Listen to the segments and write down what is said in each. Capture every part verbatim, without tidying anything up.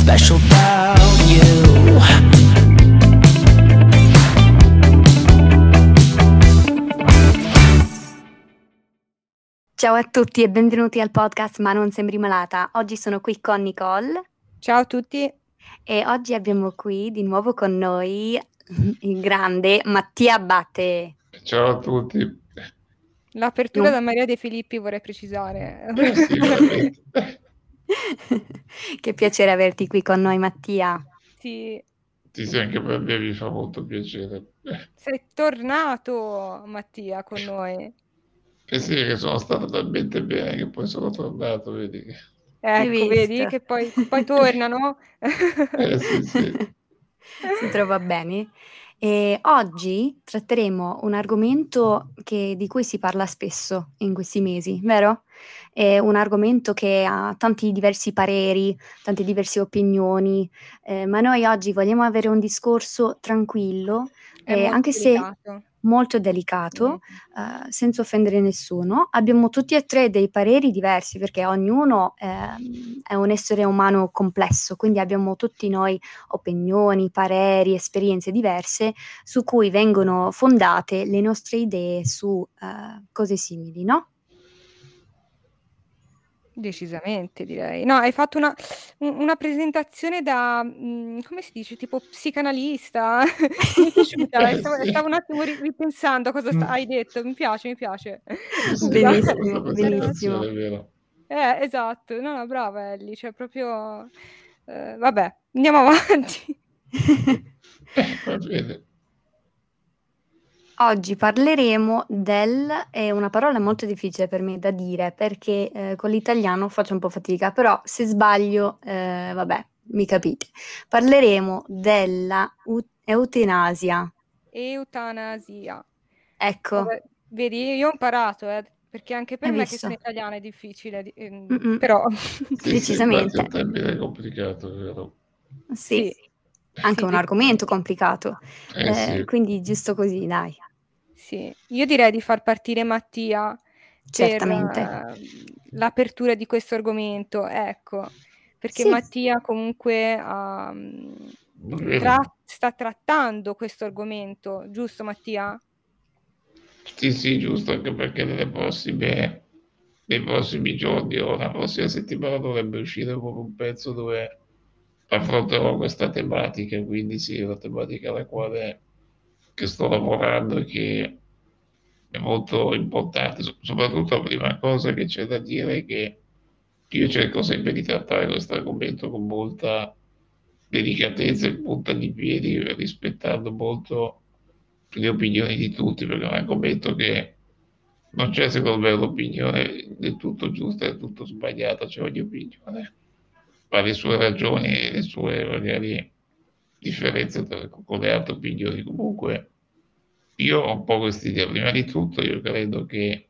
special about you. Ciao a tutti e benvenuti al podcast Ma non sembri malata. Oggi sono qui con Nicole. Ciao a tutti. E oggi abbiamo qui di nuovo con noi il grande Mattia Abate. Ciao a tutti. L'apertura Non- da Maria De Filippi vorrei precisare. Eh sì, veramente. Che piacere averti qui con noi, Mattia. Sì, Sì, sì, anche per me mi fa molto piacere. sei tornato Mattia con noi. Eh sì, che sono stato talmente bene che poi sono tornato, vedi che... Hai Ecco, vedi visto? che poi, poi tornano. Eh sì, sì. Si trova bene. E oggi tratteremo un argomento che- di cui si parla spesso in questi mesi, vero? È un argomento che ha tanti diversi pareri, tante diverse opinioni, eh, ma noi oggi vogliamo avere un discorso tranquillo, È eh, molto anche se delicato. molto delicato, Mm. eh, senza offendere nessuno. Abbiamo tutti e tre dei pareri diversi perché ognuno ehm, è un essere umano complesso, quindi abbiamo tutti noi opinioni, pareri, esperienze diverse su cui vengono fondate le nostre idee su eh, cose simili, no? Decisamente, direi. No, hai fatto una, un- una presentazione da, mm, come si dice, tipo psicanalista. Mi è piaciuta. Eh Stavo, sì. stavo un attimo ri- ripensando a cosa sta- Mm. hai detto. Mi piace, mi piace. Sì, sì, Scusa. questa Benissimo, presentazione, benissimo. è vero. Eh, esatto. No, no, brava Ellie. Cioè, proprio... eh, vabbè, andiamo avanti. Eh, va bene. Oggi parleremo del, è una parola molto difficile per me da dire perché eh, con l'italiano faccio un po' fatica, però se sbaglio, eh, vabbè, mi capite. Parleremo della u- eutanasia. Eutanasia. Ecco, Vabbè, vedi, io ho imparato, eh, perché anche per hai me che sono visto? italiana è difficile, di- ehm, Mm-mm. però Sì, sì, infatti è un Decisamente, termine complicato, è vero. sì, sì, anche sì, un argomento decisamente. complicato, Eh Eh, sì. quindi giusto così, dai, Sì, io direi di far partire Mattia per certamente. eh, l'apertura di questo argomento, ecco, perché Sì, Mattia comunque ha, mm, Va bene. tra- sta trattando questo argomento, giusto Mattia? Sì, sì, giusto, anche perché nelle prossime, nei prossimi giorni o la prossima settimana dovrebbe uscire proprio un pezzo dove affronterò questa tematica, quindi sì, è una tematica alla quale che sto lavorando e che è molto importante. So- soprattutto la prima cosa che c'è da dire è che io cerco sempre di trattare questo argomento con molta delicatezza e punta di piedi, rispettando molto le opinioni di tutti, perché è un argomento che non c'è secondo me un'opinione del tutto giusta e del tutto sbagliata, c'è ogni opinione ha le sue ragioni e le sue magari differenze tra- con le altre opinioni. Comunque io ho un po' quest'idea. Prima di tutto io credo che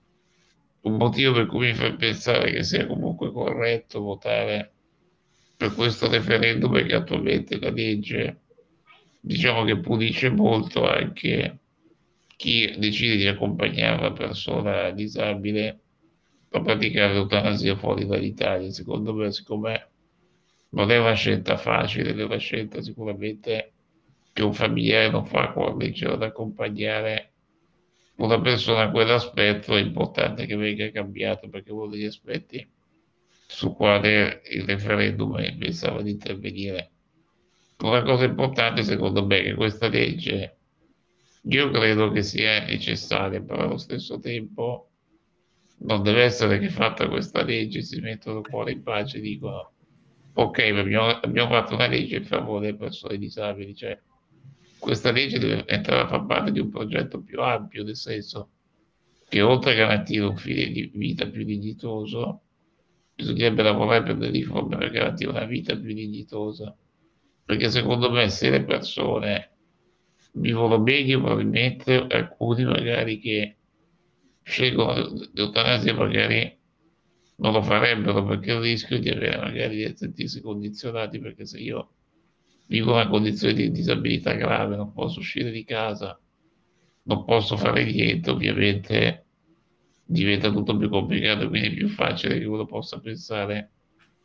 un motivo per cui mi fa pensare che sia comunque corretto votare per questo referendum è che attualmente la legge, diciamo che punisce molto anche chi decide di accompagnare una persona disabile a praticare l'eutanasia fuori dall'Italia. Secondo me, siccome non è una scelta facile, è una scelta sicuramente che un familiare non fa con legge ad accompagnare una persona a quell'aspetto, è importante che venga cambiato perché è uno degli aspetti su quale il referendum pensava di intervenire. Una cosa importante secondo me è che questa legge io credo che sia necessaria, però allo stesso tempo non deve essere che fatta questa legge, si mettono il cuore in pace e dicono ok, abbiamo, abbiamo fatto una legge in favore delle persone disabili, cioè questa legge deve entrare a far parte di un progetto più ampio, nel senso che oltre a garantire un fine di vita più dignitoso, bisognerebbe lavorare per delle riforme per garantire una vita più dignitosa, perché secondo me se le persone vivono meglio, probabilmente alcuni magari che scelgono l'eutanasia magari non lo farebbero perché il rischio di avere magari di sentirsi condizionati, perché se io vivo una condizione di disabilità grave, non posso uscire di casa, non posso fare niente, ovviamente diventa tutto più complicato, quindi è più facile che uno possa pensare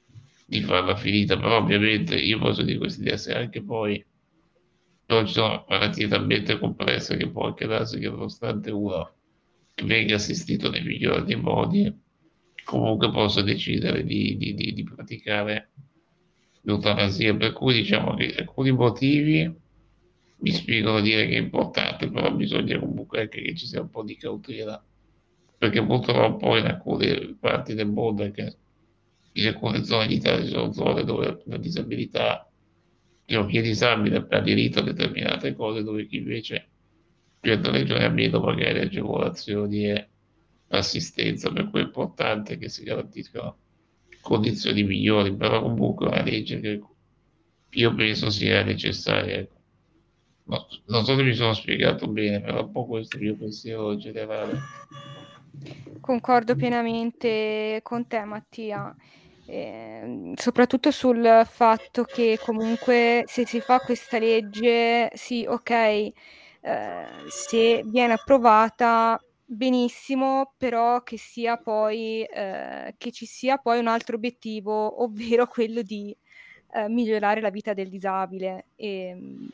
di farla finita, però ovviamente io posso dire questa idea se anche poi non ci sono malattie talmente complesse che può anche darsi che nonostante uno venga assistito nei migliori dei modi, comunque possa decidere di, di- di- di praticare l'eutanasia, per cui diciamo che alcuni motivi mi spingono a dire che è importante, però bisogna comunque anche che ci sia un po' di cautela, perché purtroppo in alcune parti del mondo, anche in alcune zone d'Italia, ci sono zone dove la disabilità, cioè chi è disabile ha diritto a determinate cose, dove chi invece certe regioni ha meno magari agevolazioni e assistenza, per cui è importante che si garantiscano condizioni migliori, però comunque è una legge che io penso sia necessaria. Ecco. No, non so se mi sono spiegato bene, però un po' questo è il mio pensiero generale. Concordo pienamente con te, Mattia. Ehm, soprattutto sul fatto che comunque se si fa questa legge, sì, okay, ehm, se viene approvata benissimo, però che sia poi ehm, che ci sia poi un altro obiettivo, ovvero quello di, ehm, migliorare la vita del disabile. Ehm,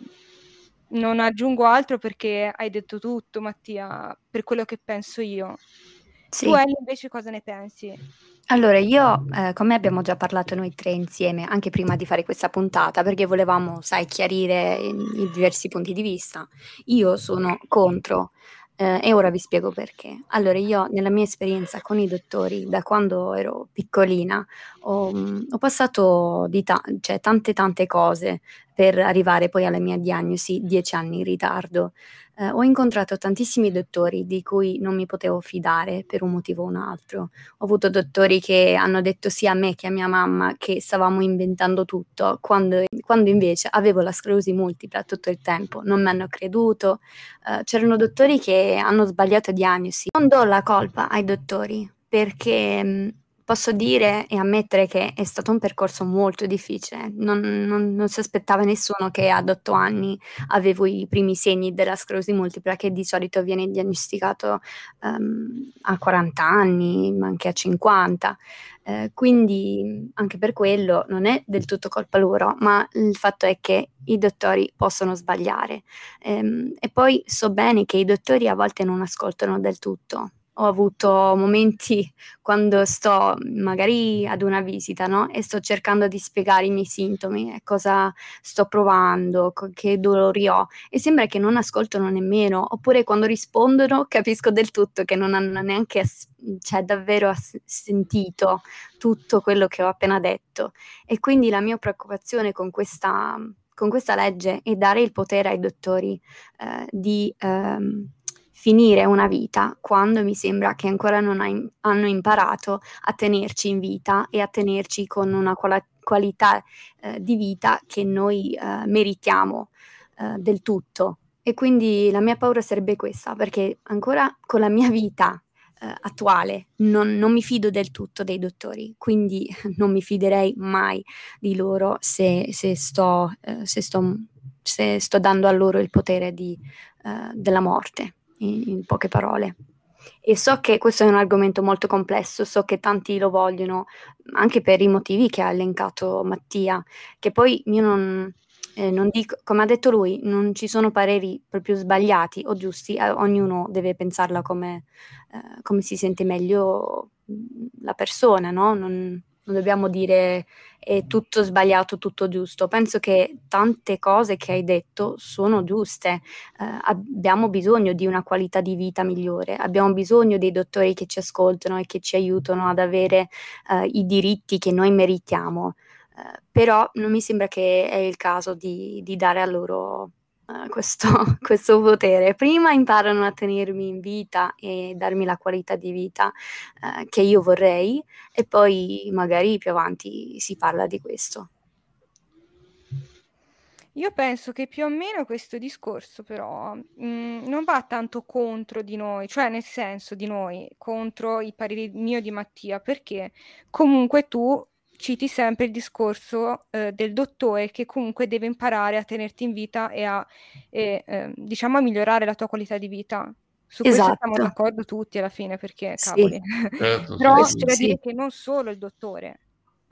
non aggiungo altro perché hai detto tutto, Mattia, per quello che penso io. Tu, Sì. Ellie, invece cosa ne pensi? Allora io, ehm, con me abbiamo già parlato noi tre insieme, anche prima di fare questa puntata, perché volevamo, sai, chiarire i i diversi punti di vista. Io sono contro, ehm, e ora vi spiego perché. Allora io nella mia esperienza con i dottori, da quando ero piccolina, ho mhmm, ho passato di ta cioè tante, tante cose per arrivare poi alla mia diagnosi dieci anni in ritardo. Ehm, ho incontrato tantissimi dottori di cui non mi potevo fidare per un motivo o un altro. Ho avuto dottori che hanno detto sia a me che a mia mamma che stavamo inventando tutto, quando quando invece avevo la sclerosi multipla tutto il tempo. Non m'hanno creduto. Ehm, c'erano dottori che hanno sbagliato diagnosi. Non do la colpa ai dottori perché, mhmm, posso dire e ammettere che è stato un percorso molto difficile. Non non non si aspettava nessuno che ad otto anni avevo i primi segni della sclerosi multipla, che di solito viene diagnosticato ehm, a quaranta anni, ma anche a cinquanta. Eh, quindi anche per quello non è del tutto colpa loro, ma il fatto è che i dottori possono sbagliare. Ehm, e poi so bene che i dottori a volte non ascoltano del tutto. Ho avuto momenti quando sto magari ad una visita, no? E sto cercando di spiegare i miei sintomi e cosa sto provando, co- che dolori ho e sembra che non ascoltano nemmeno, oppure quando rispondono capisco del tutto che non hanno neanche as- cioè, davvero as- sentito tutto quello che ho appena detto. E quindi la mia preoccupazione con questa, con questa legge è dare il potere ai dottori eh, di ehm, finire una vita quando mi sembra che ancora non hai- hanno imparato a tenerci in vita e a tenerci con una quala- qualità eh, di vita che noi eh, meritiamo eh, del tutto. E quindi la mia paura sarebbe questa, perché ancora con la mia vita eh, attuale non, non mi fido del tutto dei dottori, quindi non mi fiderei mai di loro se, se sto, eh, se sto, se sto dando a loro il potere di, eh, della morte, in, in poche parole. E so che questo è un argomento molto complesso, so che tanti lo vogliono, anche per i motivi che ha elencato Mattia, che poi io non, eh, non dico, come ha detto lui, non ci sono pareri proprio sbagliati o giusti, eh, ognuno deve pensarla come, eh, come si sente meglio mh, la persona, no? Non, non dobbiamo dire è tutto sbagliato, tutto giusto. Penso che tante cose che hai detto sono giuste. Eh, abbiamo bisogno di una qualità di vita migliore, abbiamo bisogno dei dottori che ci ascoltano e che ci aiutano ad avere eh, i diritti che noi meritiamo. Eh, però non mi sembra che è il caso di, di dare a loro eh, questo, questo potere. Prima imparano a tenermi in vita e darmi la qualità di vita eh, che io vorrei e poi magari più avanti si parla di questo. Io penso che più o meno questo discorso però mh, non va tanto contro di noi, cioè nel senso di noi, contro i pareri mio e di Mattia, perché comunque tu citi sempre il discorso eh, del dottore che comunque deve imparare a tenerti in vita e a, e, eh, diciamo, a migliorare la tua qualità di vita. Su questo siamo Esatto, d'accordo tutti alla fine, perché sì, cavoli. Certo, sì, Però questo c'è da sì. dire sì, che non solo il dottore,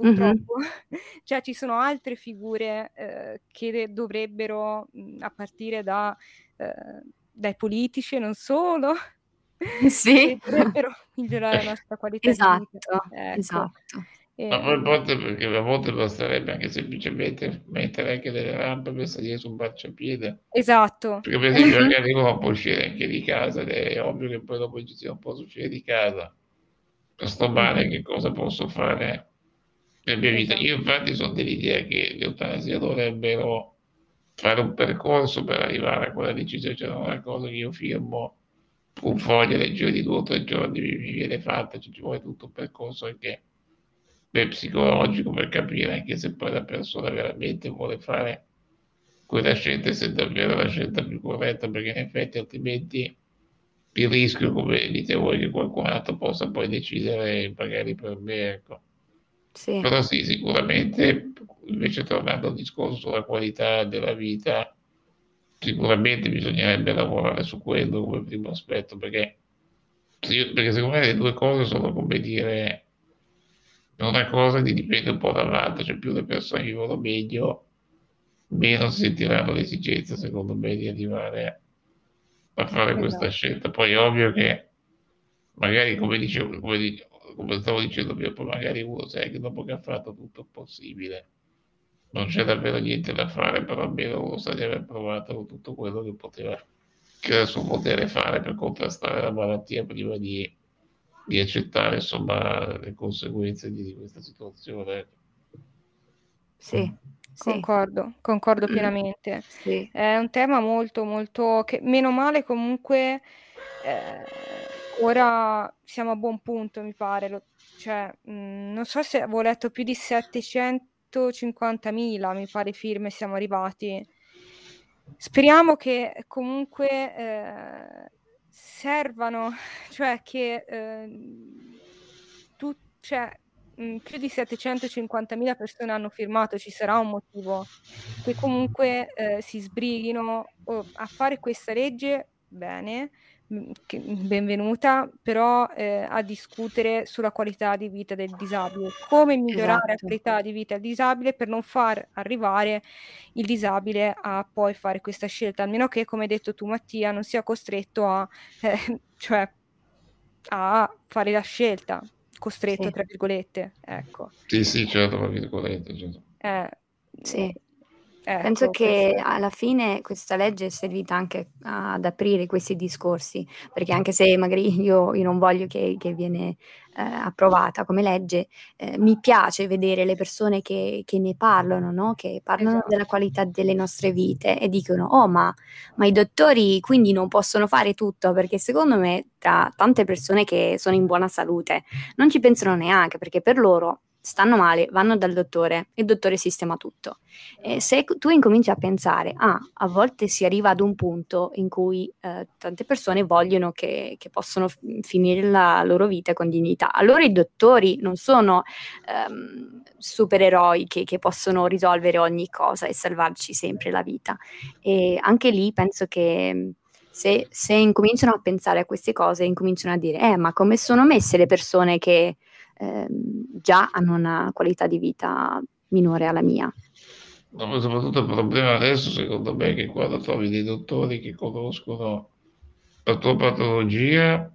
purtroppo, cioè ci sono altre figure eh, che dovrebbero, mh, a partire da, eh, dai politici e non solo, Sì. che dovrebbero migliorare la nostra qualità di vita. Esatto, Ecco. esatto. Ma poi a Ehm, volte perché a volte basterebbe anche semplicemente mettere anche delle rampe per salire su un marciapiede. esatto. Perché per esempio magari uno può uscire anche di casa ed è ovvio che poi dopo ci sia un po' uscire di casa. Sto male, Mh-mh. che cosa posso fare nella mia vita? Esatto. Io infatti sono dell'idea che l'eutanasia dovrebbero fare un percorso per arrivare a quella decisione, cioè non è una cosa che io firmo un foglio, leggero di due o tre giorni, mi, mi viene fatta, ci vuole tutto un percorso anche per psicologico per capire anche se poi la persona veramente vuole fare quella scelta e se è davvero la scelta più corretta, perché in effetti altrimenti il rischio, come dite voi, che qualcun altro possa poi decidere magari per me, ecco. Sì, Però sì, sicuramente, invece tornando al discorso sulla qualità della vita, sicuramente bisognerebbe lavorare su quello come primo aspetto, perché, sì, perché secondo me le due cose sono, come dire, una cosa che dipende un po' dall'altra, cioè più le persone vivono meglio, meno si sentiranno l'esigenza, secondo me, di arrivare a fare questa Esatto. scelta. Poi è ovvio che magari, come dicevo, come, dic- come stavo dicendo prima, poi magari uno sai che dopo che ha fatto tutto il possibile non c'è davvero niente da fare, però almeno uno sa di aver provato tutto quello che poteva, che era il suo potere fare per contrastare la malattia prima di, di accettare, insomma, le conseguenze di, di questa situazione. sì, sì. Concordo, concordo pienamente. Sì. È un tema molto, molto che meno male comunque eh, ora siamo a buon punto, mi pare. Lo- cioè, mh, non so se avevo letto più di settecentocinquantamila, mi pare, firme siamo arrivati. Speriamo che comunque eh, servano, cioè che eh, tu, cioè, mh, più di settecentocinquantamila persone hanno firmato, ci sarà un motivo che comunque eh, si sbrighino o- a fare questa legge, bene, mh, che- benvenuta, però eh, a discutere sulla qualità di vita del disabile, come migliorare la Esatto. qualità di vita del disabile per non far arrivare il disabile a poi fare questa scelta, almeno che, come hai detto tu Mattia, non sia costretto a, eh, cioè, a fare la scelta, costretto Sì. tra virgolette, ecco. Sì, sì, certo, tra virgolette, certo. Eh, Sì. eh, Penso ecco, che questo è- alla fine questa legge è servita anche ad aprire questi discorsi, perché anche se magari io, io non voglio che, che viene eh, approvata come legge, eh, mi piace vedere le persone che, che ne parlano, no? Che parlano Esatto. della qualità delle nostre vite e dicono, oh ma, ma i dottori quindi non possono fare tutto, perché secondo me tra tante persone che sono in buona salute non ci pensano neanche, perché per loro stanno male, vanno dal dottore e il dottore sistema tutto. E se tu incominci a pensare, ah, a volte si arriva ad un punto in cui eh, tante persone vogliono che, che possono f- finire la loro vita con dignità, allora i dottori non sono ehm, supereroi che, che possono risolvere ogni cosa e salvarci sempre la vita. E anche lì penso che se, se incominciano a pensare a queste cose, incominciano a dire, eh, ma come sono messe le persone che ehm, già hanno una qualità di vita minore alla mia? No, ma soprattutto il problema adesso, secondo me, è che quando trovi dei dottori che conoscono la tua patologia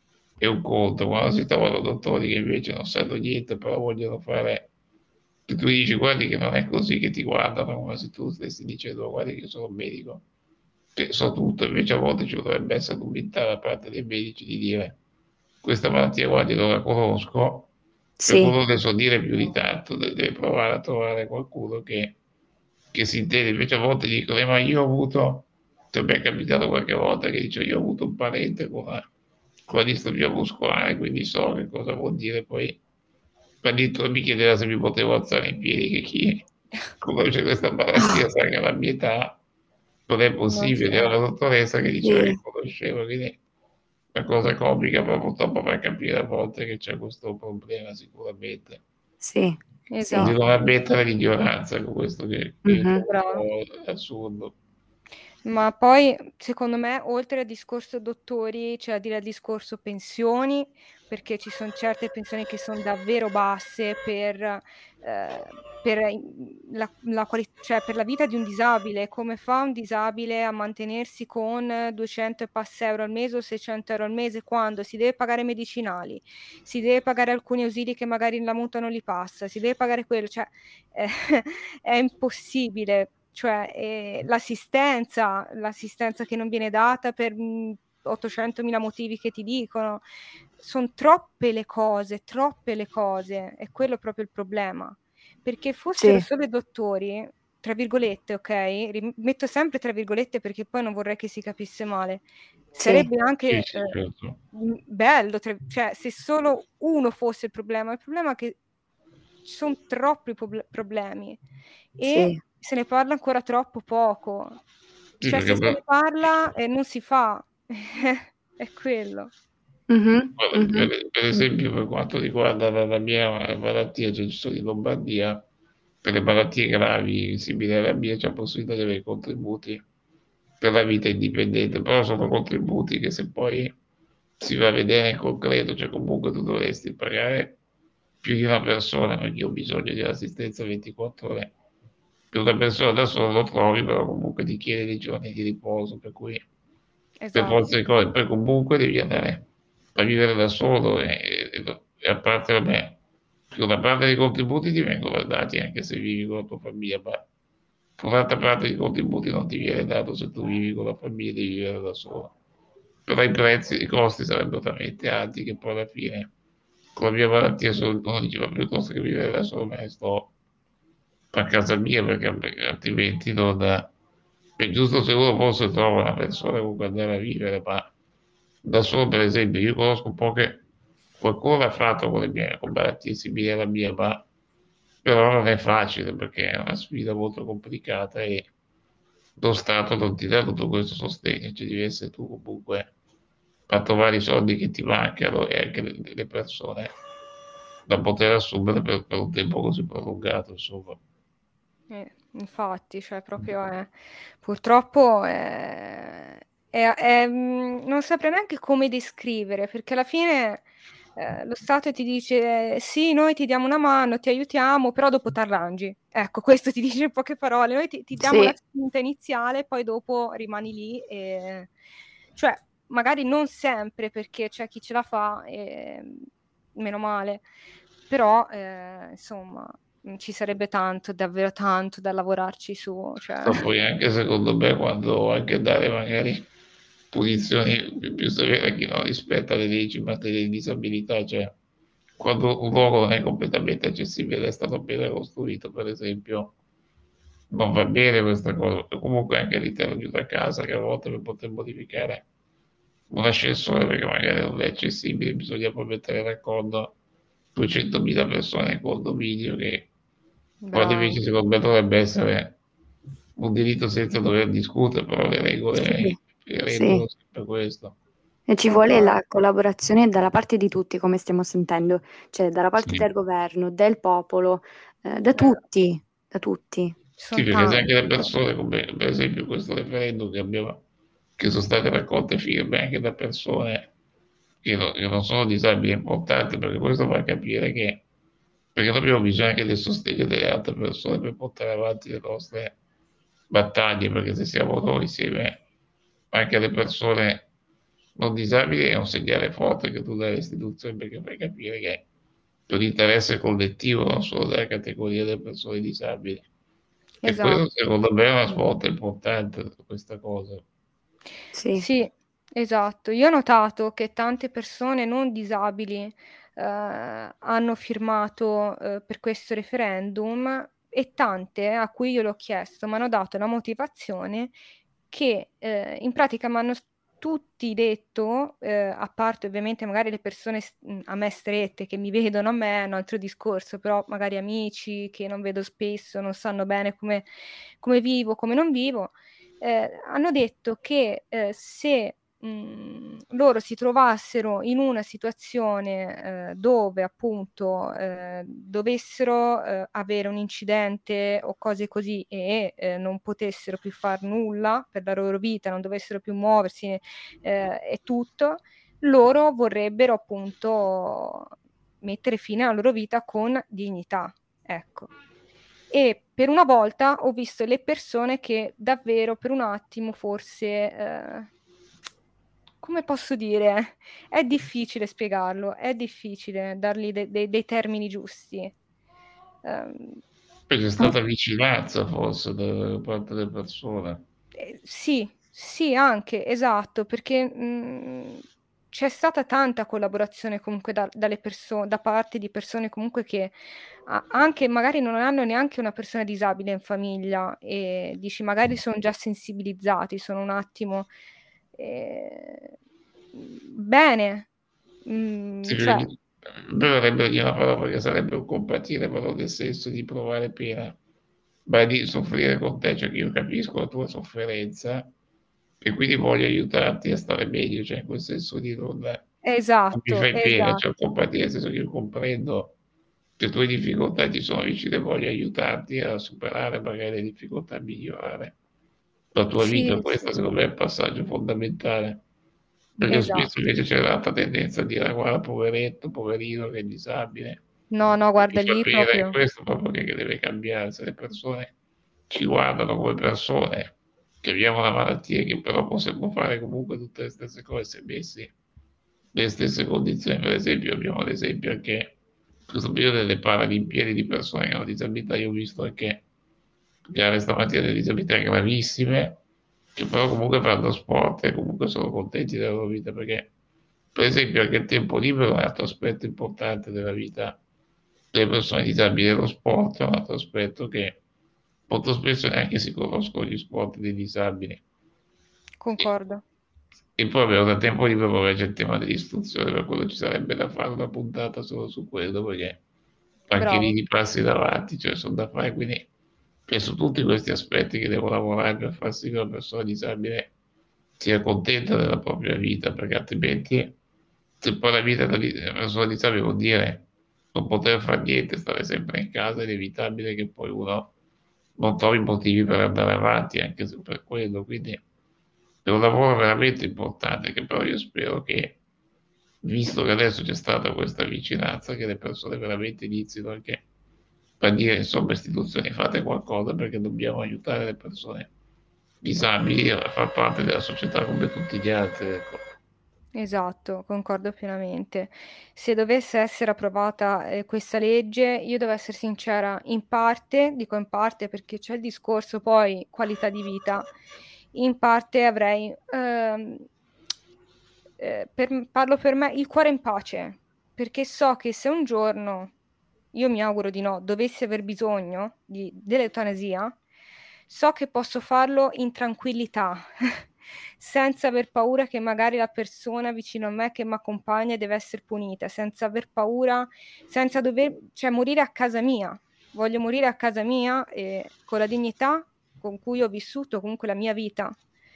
è un conto, quando si trovano dottori che invece non sanno niente, però vogliono fare, che tu dici, guardi che non è così, che ti guardano come se tu stessi dicendo, guardi che io sono un medico, che so tutto, invece a volte ci dovrebbe essere l'umiltà da parte dei medici di dire, questa malattia, guardi, non la conosco, per Sì, quello ne so dire più di tanto, de- deve provare a trovare qualcuno che, che si intende, invece a volte dicono, eh, ma io ho avuto, ti è capitato qualche volta che dice, io ho avuto un parente con la, con la distrofia muscolare, quindi so che cosa vuol dire, poi addirittura mi chiedeva se mi potevo alzare in piedi, che chi conosce questa malattia sa che alla mia età non è non possibile, c'è. era la dottoressa che diceva sì, che conosceva, quindi una cosa comica, però purtroppo fa capire a volte che c'è questo problema sicuramente. sì, sì. Di Esatto, non ammettere l'ignoranza, con questo che, che io Mhm. trovo un bravo. po' assurdo. Ma poi, secondo me, oltre al discorso dottori, c'è da dire al discorso pensioni, perché ci son certe pensioni che son davvero basse per ehm, per i mhmm, la la quali cioè per la vita di un disabile. Come fa un disabile a mantenersi con duecento e passa euro al mese o seicento euro al mese, quando si deve pagare i medicinali, si deve pagare alcuni ausili che magari la mutua non li passa, si deve pagare quello, cioè, eh, è impossibile. Cioè, ehm, l'assistenza l'assistenza che non viene data per, mhmm, ottocentomila motivi che ti dicono. Son troppe le cose, troppe le cose, è quello proprio il problema. Perché fossero Sì, solo i dottori, tra virgolette, okay, ri metto sempre tra virgolette perché poi non vorrei che si capisse male, sì, sarebbe Sì, anche, sì, ehm, certo. mhmm, bello tre cioè se solo uno fosse il problema. Il problema è che ci son troppi pobl problemi e sì. se ne parla ancora troppo poco. Sì, Cioè se perché se ne per parla e non si fa. È quello. Mh-mh, guarda, mh-mh. per per esempio per quanto riguarda la la mia malattia, cioè ci sono in Lombardia, per le malattie gravi simili alla mia c'è la possibilità di avere contributi per la vita indipendente, però sono contributi che se poi si va a vedere in concreto, cioè comunque tu dovresti pagare più di una persona, perché io ho bisogno di assistenza ventiquattro ore, più una persona da solo lo trovi, però comunque ti chiede dei giorni di riposo, per cui per forza Esatto. di cose, poi comunque devi andare a vivere da solo e, e- e a parte vabbè, più una parte dei contributi ti vengono dati anche se vivi con la tua famiglia, ma un'altra parte dei contributi non ti viene dato se tu vivi con la famiglia e devi vivere da solo. Però i prezzi, i costi sarebbero talmente alti che poi alla fine con la mia malattia solo, uno diceva piuttosto che vivere da solo me ne sto a casa mia perché, perché altrimenti non è giusto se uno forse trova una persona con cui andare a vivere, ma da solo per esempio io conosco poche qualcuno l'ha fatto con le mie con malattie simili alla mia, ma però non è facile perché è una sfida molto complicata e lo Stato non ti dà tutto questo sostegno, cioè devi essere tu comunque a trovare i soldi che ti mancano e anche le, le persone da poter assumere per, per un tempo così prolungato, insomma. Eh, infatti, cioè proprio è purtroppo è è è mhmm, non saprei neanche come descrivere, perché alla fine, ehm, lo Stato ti dice: "Sì, noi ti diamo una mano, ti aiutiamo, però dopo t'arrangi." Ecco, questo ti dice in poche parole. Noi ti ti diamo la Sì, spinta iniziale, poi dopo rimani lì, ehm, cioè magari non sempre, perché c'è chi ce la fa, ehm, meno male, però, ehm, insomma, mhmm, ci sarebbe tanto, davvero tanto da lavorarci su, cioè Ma poi anche secondo me quando anche dare magari punizioni più, più severe a chi non rispetta le leggi in materia di disabilità, cioè quando un luogo non è completamente accessibile, è stato appena costruito, per esempio, non va bene questa cosa. O comunque anche all'interno di una casa che a volte per poter modificare un ascensore perché magari non è accessibile, bisogna poi mettere d'accordo duecentomila persone in condominio che quando bravo. invece secondo me dovrebbe essere un diritto senza dover discutere, però le regole sì, sì. rendono sempre questo. E ci vuole Concordo. la collaborazione dalla parte di tutti, come stiamo sentendo, cioè dalla parte Sì. del governo, del popolo, ehm, da Eh, tutti, da tutti. ci Sì, son perché se anche tanti. le persone, come per esempio questo referendum che abbiamo, che sono state raccolte firme anche da persone che, no- che non sono disabili, è importante perché questo fa capire che perché noi abbiamo bisogno anche del sostegno delle altre persone per portare avanti le nostre battaglie, perché se siamo noi insieme anche alle persone non disabili è un segnale forte che tu dai alle istituzioni perché fai capire che per l'interesse collettivo, non solo della categoria delle persone disabili. E Esatto. quello secondo me è una svolta importante questa cosa. Sì, Sì, esatto. Io ho notato che tante persone non disabili, ehm, hanno firmato, ehm, per questo referendum e tante a cui io l'ho chiesto m'hanno dato la motivazione che, ehm, in pratica m'hanno s tutti detto, ehm, a parte ovviamente magari le persone s mhmm, a me strette che mi vedono a me, è un altro discorso, però magari amici che non vedo spesso, non sanno bene come come vivo, come non vivo, ehm, hanno detto che, ehm, se mh, loro si trovassero in una situazione eh, dove appunto eh, dovessero eh, avere un incidente o cose così e eh, non potessero più far nulla per la loro vita, non dovessero più muoversi eh, e tutto, loro vorrebbero appunto mettere fine alla loro vita con dignità, ecco. E per una volta ho visto le persone che davvero per un attimo forse, eh, come posso dire, è difficile spiegarlo, è difficile dargli de- de- dei termini giusti. Ehm, Poi c'è stata vicinanza forse da parte delle persone. Eh, sì, sì, anche, esatto, perché mh, c'è stata tanta collaborazione comunque da, dalle persone, da parte di persone comunque che a- anche magari non hanno neanche una persona disabile in famiglia e dici magari sono già sensibilizzati, sono un attimo eh, bene, Sì, mm, cioè, perché dovrebbe dire una parola che sarebbe un compatire, però nel senso di provare pena, ma di soffrire con te, cioè che io capisco la tua sofferenza e quindi voglio aiutarti a stare meglio, cioè in quel senso di non, non mi esatto, fai pena, esatto, cioè compatire, nel senso che io comprendo che le tue difficoltà ti sono vicine e voglio aiutarti a superare magari le difficoltà, a migliorare la tua vita. sì, Questo sì, secondo me è il passaggio fondamentale, perché spesso esatto. invece c'è l'altra tendenza a dire guarda poveretto, poverino che è disabile, No, no, non mi guarda fa lì pena, e proprio, questo proprio che, che deve cambiare, se le persone ci guardano come persone che abbiamo una malattia che però possiamo fare comunque tutte le stesse cose se messi nelle stesse condizioni. Per esempio abbiamo ad esempio anche questo periodo delle Paralimpiadi di persone che hanno disabilità. Io ho visto anche gare stamattina delle disabilità gravissime che però comunque fanno sport e comunque sono contenti della loro vita, perché per esempio anche il tempo libero è un altro aspetto importante della vita delle persone disabili. Lo sport è un altro aspetto che molto spesso neanche si conoscono gli sport dei disabili. E, concordo. e poi abbiamo da tempo libero, poi c'è il tema dell'istruzione, per quello ci sarebbe da fare una puntata solo su quello, perché anche lì Bravo, di passi davanti, cioè sono da fare, quindi penso tutti questi aspetti che devo lavorare per far sì che una persona disabile sia contenta della propria vita, perché altrimenti se poi la vita da di- della persona disabile vuol dire non poter fare niente, stare sempre in casa, è inevitabile che poi uno non trovi motivi per andare avanti, anche se per quello. Quindi è un lavoro veramente importante che però io spero che, visto che adesso c'è stata questa vicinanza, che le persone veramente inizino anche a dire, insomma, istituzioni fate qualcosa perché dobbiamo aiutare le persone disabili a far parte della società come tutti gli altri. Ecco. esatto, concordo pienamente. Se dovesse essere approvata eh, questa legge, io devo essere sincera, in parte, dico in parte perché c'è il discorso poi qualità di vita, in parte avrei, ehm, eh, per- parlo per me, il cuore in pace, perché so che se un giorno, io mi auguro di no, dovessi aver bisogno di- dell'eutanasia, so che posso farlo in tranquillità, senza aver paura che magari la persona vicino a me che mi accompagna deve essere punita, senza aver paura, senza dover, cioè morire a casa mia. Voglio morire a casa mia e con la dignità con cui ho vissuto comunque la mia vita.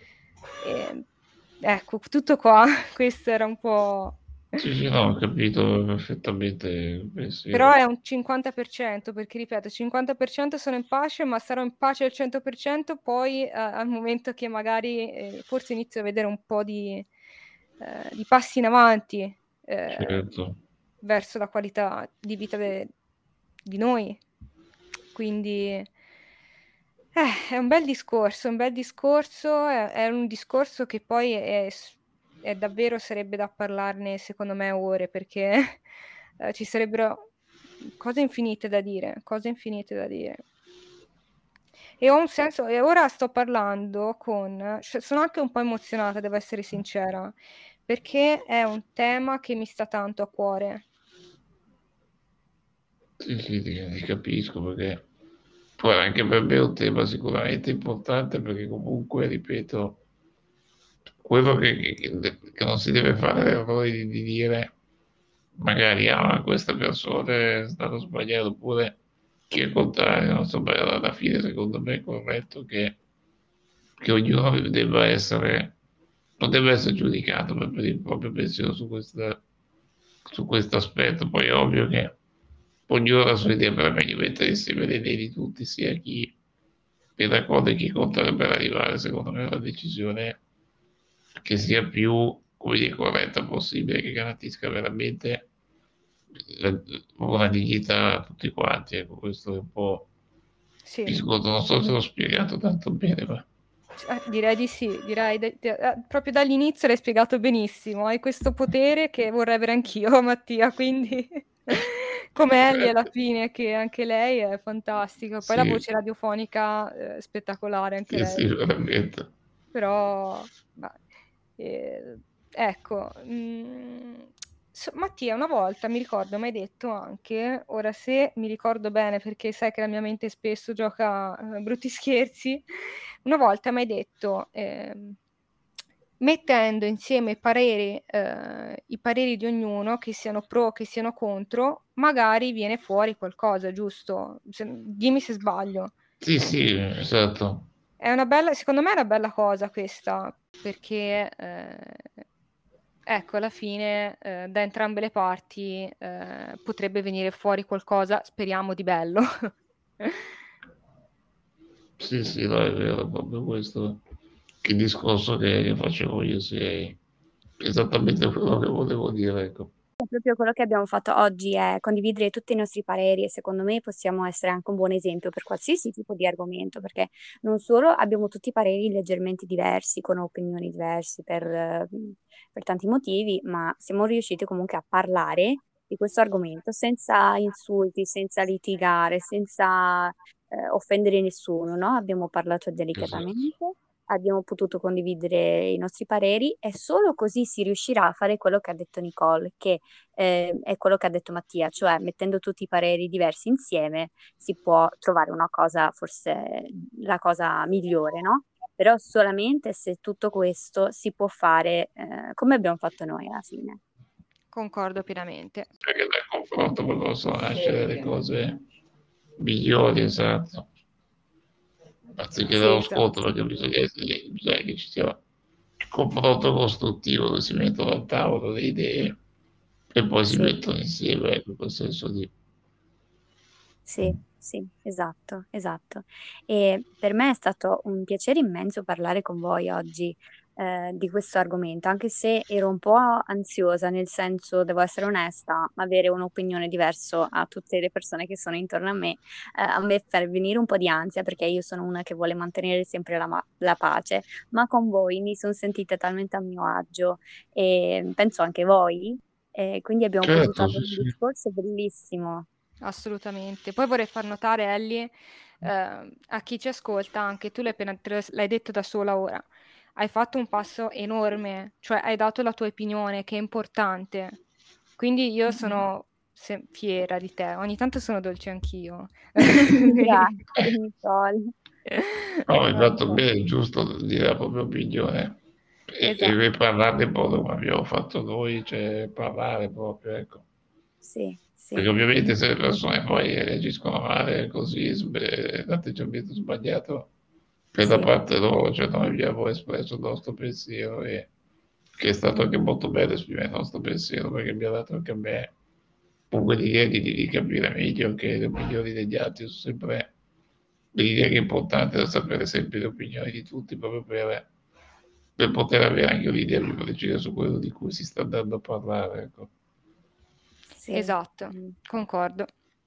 E, ecco, tutto qua. Questo era un po'. Sì, sì, no, ho capito perfettamente il Però pensiero. è un cinquanta per cento, perché ripeto, cinquanta per cento sono in pace, ma sarò in pace al cento per cento poi eh, al momento che magari eh, forse inizio a vedere un po' di, eh, di passi in avanti eh, Certo. verso la qualità di vita de- di noi. Quindi eh, è un bel discorso, un bel discorso, è, è un discorso che poi è, è davvero sarebbe da parlarne secondo me ore, perché eh, ci sarebbero cose infinite da dire, cose infinite da dire. E ho un senso, e ora sto parlando con, cioè, sono anche un po' emozionata, devo essere sincera, perché è un tema che mi sta tanto a cuore. Sì, sì, ti, ti capisco perché poi anche per me è un tema sicuramente importante perché comunque, ripeto, quello che, che- che non si deve fare l'errore di, di dire magari ah, questa persona è stato sbagliato oppure che al contrario, non so, beh, alla fine secondo me è corretto che, che ognuno debba essere potrebbe essere giudicato per, per il proprio pensiero su questa, su questo aspetto. Poi è ovvio che ognuno ha la sua idea, però è meglio mettere insieme le idee di tutti, sia chi è d'accordo e chi contro per arrivare, secondo me, alla decisione che sia più, come dire, corretta possibile, che garantisca veramente la- una dignità a tutti quanti. Ecco, questo è un po' Sì. il discorso, non so se l'ho spiegato tanto bene, ma Eh, direi di sì, direi de- de- eh, proprio dall'inizio l'hai spiegato benissimo. Hai questo potere che vorrei avere anch'io, Mattia, quindi come Ellie alla fine, che anche lei è fantastica. Poi la sì, voce radiofonica eh, spettacolare anche sì, lei. sì, veramente. Però, ma- eh, ecco, mm, so- Mattia, una volta mi ricordo, mi hai detto anche, ora se mi ricordo bene, perché sai che la mia mente spesso gioca eh, brutti scherzi, una volta mi hai detto, ehm, mettendo insieme i pareri, eh, i pareri di ognuno, che siano pro, che siano contro, magari viene fuori qualcosa, giusto? Se- dimmi se sbaglio. Sì, sì, esatto. È una bella, secondo me è una bella cosa questa, perché eh, ecco, alla fine eh, da entrambe le parti eh, potrebbe venire fuori qualcosa, speriamo, di bello. Sì, sì, no, è vero, è proprio questo che discorso che, che facevo io, sì, è esattamente quello che volevo dire, ecco. Proprio quello che abbiamo fatto oggi è condividere tutti i nostri pareri e secondo me possiamo essere anche un buon esempio per qualsiasi tipo di argomento, perché non solo abbiamo tutti i pareri leggermente diversi, con opinioni diverse per, eh, per tanti motivi, ma siamo riusciti comunque a parlare di questo argomento senza insulti, senza litigare, senza eh, offendere nessuno, no? Abbiamo parlato Esatto. delicatamente, abbiamo potuto condividere i nostri pareri e solo così si riuscirà a fare quello che ha detto Nicole, che eh, è quello che ha detto Mattia, cioè mettendo tutti i pareri diversi insieme si può trovare una cosa, forse la cosa migliore, no? Però solamente se tutto questo si può fare eh, come abbiamo fatto noi alla fine. Concordo pienamente. Perché dal confronto poi possono nascere delle cose migliori, esatto. Anziché Sì, dallo esatto. scontro, perché bisogna, essere- bisogna che ci sia un confronto costruttivo, dove si mettono al tavolo le idee e poi si Sì. mettono insieme, ecco, quel senso di... Sì, sì, esatto, esatto. E per me è stato un piacere immenso parlare con voi oggi eh, di questo argomento, anche se ero un po' ansiosa, nel senso, devo essere onesta, avere un'opinione diversa a tutte le persone che sono intorno a me, eh, a me fa venire un po' di ansia perché io sono una che vuole mantenere sempre la, ma- la pace, ma con voi mi sono sentita talmente a mio agio e penso anche voi, e quindi abbiamo potuto Certo, avere sì, un sì. discorso bellissimo. Assolutamente. Poi vorrei far notare, Ellie, eh, a chi ci ascolta, anche tu l'hai appena te lo- l'hai detto da sola ora, hai fatto un passo enorme, cioè hai dato la tua opinione, che è importante. Quindi io sono se- fiera di te. Ogni tanto sono dolce anch'io. Grazie, Nicole. No, hai fatto Ecco, bene, è giusto dire la propria opinione e, esatto. e parlarne un po' come abbiamo fatto noi, cioè parlare proprio, ecco. Sì, sì, Perché ovviamente se le persone poi reagiscono male così, sb- l'atteggiamento sbagliato per la sì, parte loro, cioè noi abbiamo espresso il nostro pensiero e che è stato anche molto bello esprimere il nostro pensiero perché mi ha dato anche a me comunque l'idea di, di capire meglio che le opinioni degli altri sono sempre l'idea che è importante da sapere sempre le opinioni di tutti proprio per, per poter avere anche un'idea più precisa su quello di cui si sta andando a parlare, ecco. sì. Esatto, Mm. concordo.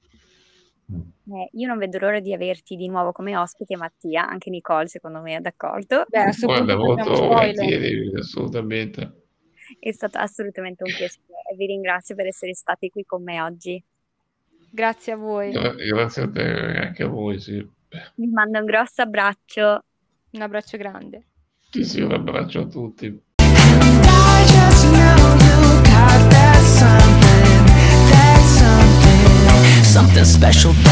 Eh, io non vedo l'ora di averti di nuovo come ospite, Mattia, anche Nicole secondo me è d'accordo. Beh, a questo Guarda, punto facciamo molto spoiler. volentieri, assolutamente. È stato assolutamente un piacere e vi ringrazio per essere stati qui con me oggi. Grazie a voi. Gra- grazie a te e anche a voi, sì. Vi mando un grosso abbraccio. Un abbraccio grande. Sì, sì, un abbraccio a tutti. I just know you got that something, that something, something special.